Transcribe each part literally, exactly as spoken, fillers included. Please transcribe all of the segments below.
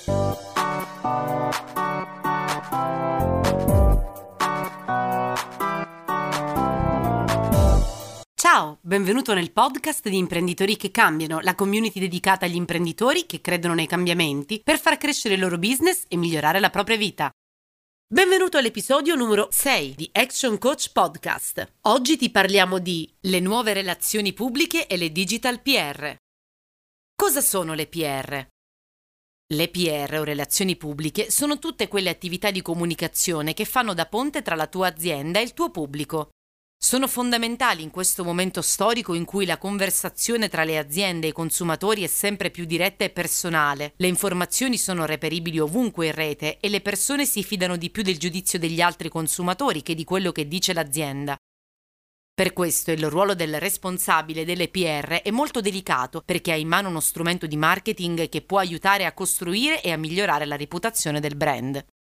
Ciao, benvenuto nel podcast di Imprenditori che Cambiano, la community dedicata agli imprenditori che credono nei cambiamenti per far crescere il loro business e migliorare la propria vita. Benvenuto all'episodio numero sei di Action Coach Podcast. Oggi ti parliamo di le nuove relazioni pubbliche e le digital P R. Cosa sono le P R? Le P R o relazioni pubbliche sono tutte quelle attività di comunicazione che fanno da ponte tra la tua azienda e il tuo pubblico. Sono fondamentali in questo momento storico in cui la conversazione tra le aziende e i consumatori è sempre più diretta e personale, le informazioni sono reperibili ovunque in rete e le persone si fidano di più del giudizio degli altri consumatori che di quello che dice l'azienda. Per questo il ruolo del responsabile delle P R è molto delicato perché ha in mano uno strumento di marketing che può aiutare a costruire e a migliorare la reputazione del brand.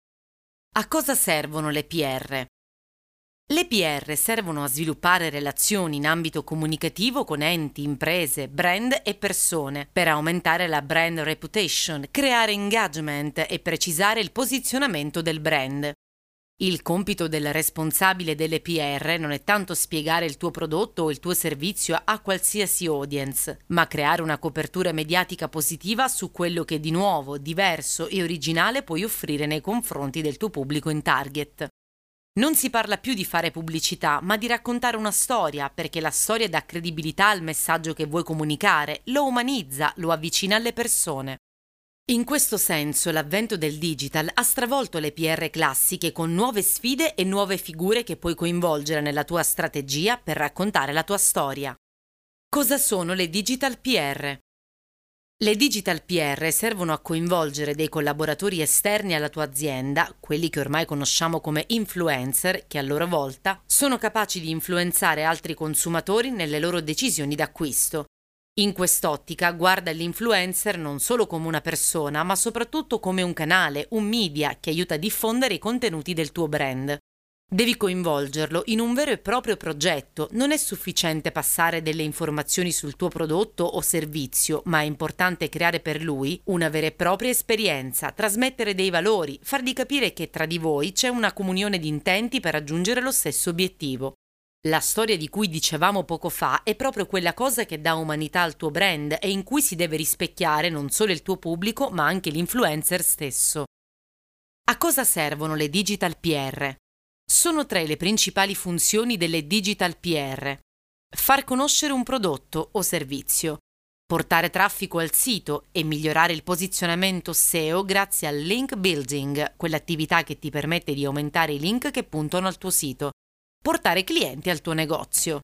A cosa servono le P R? Le P R servono a sviluppare relazioni in ambito comunicativo con enti, imprese, brand e persone per aumentare la brand reputation, creare engagement e precisare il posizionamento del brand. Il compito del responsabile delle P R non è tanto spiegare il tuo prodotto o il tuo servizio a qualsiasi audience, ma creare una copertura mediatica positiva su quello che di nuovo, diverso e originale puoi offrire nei confronti del tuo pubblico in target. Non si parla più di fare pubblicità, ma di raccontare una storia, perché la storia dà credibilità al messaggio che vuoi comunicare, lo umanizza, lo avvicina alle persone. In questo senso, l'avvento del digital ha stravolto le P R classiche con nuove sfide e nuove figure che puoi coinvolgere nella tua strategia per raccontare la tua storia. Cosa sono le digital P R? Le digital P R servono a coinvolgere dei collaboratori esterni alla tua azienda, quelli che ormai conosciamo come influencer, che a loro volta sono capaci di influenzare altri consumatori nelle loro decisioni d'acquisto. In quest'ottica guarda l'influencer non solo come una persona, ma soprattutto come un canale, un media che aiuta a diffondere i contenuti del tuo brand. Devi coinvolgerlo in un vero e proprio progetto, non è sufficiente passare delle informazioni sul tuo prodotto o servizio, ma è importante creare per lui una vera e propria esperienza, trasmettere dei valori, fargli capire che tra di voi c'è una comunione di intenti per raggiungere lo stesso obiettivo. La storia di cui dicevamo poco fa è proprio quella cosa che dà umanità al tuo brand e in cui si deve rispecchiare non solo il tuo pubblico, ma anche l'influencer stesso. A cosa servono le digital P R? Sono tre le principali funzioni delle digital P R. Far conoscere un prodotto o servizio, portare traffico al sito e migliorare il posizionamento S E O grazie al link building, quell'attività che ti permette di aumentare i link che puntano al tuo sito, portare clienti al tuo negozio.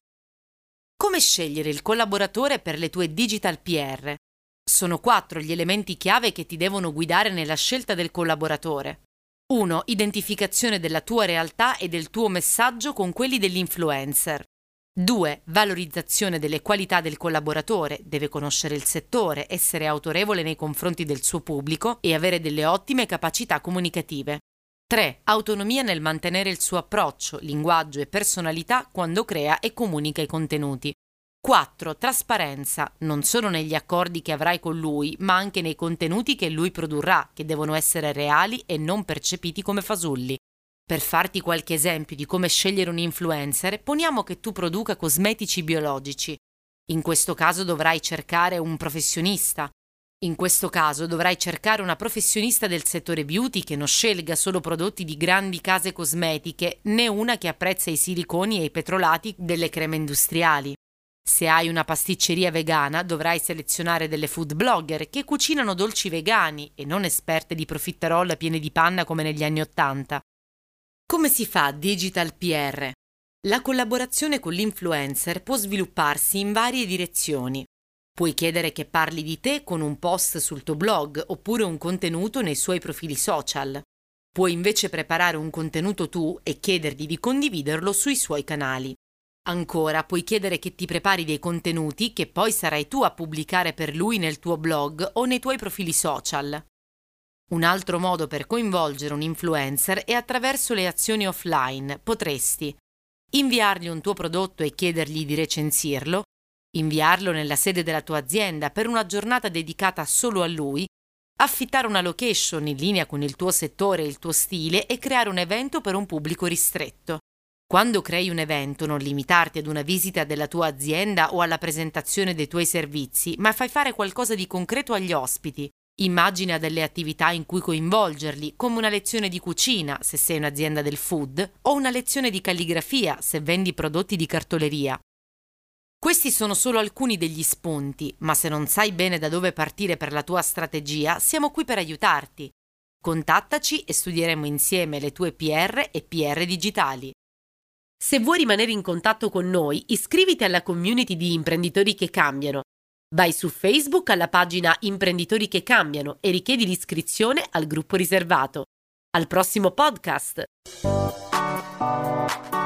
Come scegliere il collaboratore per le tue digital P R? Sono quattro gli elementi chiave che ti devono guidare nella scelta del collaboratore. uno. Identificazione della tua realtà e del tuo messaggio con quelli dell'influencer. due. Valorizzazione delle qualità del collaboratore, deve conoscere il settore, essere autorevole nei confronti del suo pubblico e avere delle ottime capacità comunicative. tre. Autonomia nel mantenere il suo approccio, linguaggio e personalità quando crea e comunica i contenuti. quattro. Trasparenza, non solo negli accordi che avrai con lui, ma anche nei contenuti che lui produrrà, che devono essere reali e non percepiti come fasulli. Per farti qualche esempio di come scegliere un influencer, poniamo che tu produca cosmetici biologici. In questo caso dovrai cercare un professionista. In questo caso dovrai cercare una professionista del settore beauty che non scelga solo prodotti di grandi case cosmetiche, né una che apprezza i siliconi e i petrolati delle creme industriali. Se hai una pasticceria vegana, dovrai selezionare delle food blogger che cucinano dolci vegani e non esperte di profiterol piene di panna come negli anni Ottanta. Come si fa digital P R? La collaborazione con l'influencer può svilupparsi in varie direzioni. Puoi chiedere che parli di te con un post sul tuo blog oppure un contenuto nei suoi profili social. Puoi invece preparare un contenuto tu e chiedergli di condividerlo sui suoi canali. Ancora, puoi chiedere che ti prepari dei contenuti che poi sarai tu a pubblicare per lui nel tuo blog o nei tuoi profili social. Un altro modo per coinvolgere un influencer è attraverso le azioni offline. Potresti inviargli un tuo prodotto e chiedergli di recensirlo, inviarlo nella sede della tua azienda per una giornata dedicata solo a lui Affittare una location in linea con il tuo settore e il tuo stile e creare un evento per un pubblico ristretto. Quando crei un evento, non limitarti ad una visita della tua azienda o alla presentazione dei tuoi servizi, ma fai fare qualcosa di concreto agli ospiti. Immagina delle attività in cui coinvolgerli, come una lezione di cucina, se sei un'azienda del food, o una lezione di calligrafia, se vendi prodotti di cartoleria. Questi sono solo alcuni degli spunti, ma se non sai bene da dove partire per la tua strategia, siamo qui per aiutarti. Contattaci e studieremo insieme le tue P R e P R digitali. Se vuoi rimanere in contatto con noi, iscriviti alla community di Imprenditori che Cambiano. Vai su Facebook alla pagina Imprenditori che Cambiano e richiedi l'iscrizione al gruppo riservato. Al prossimo podcast!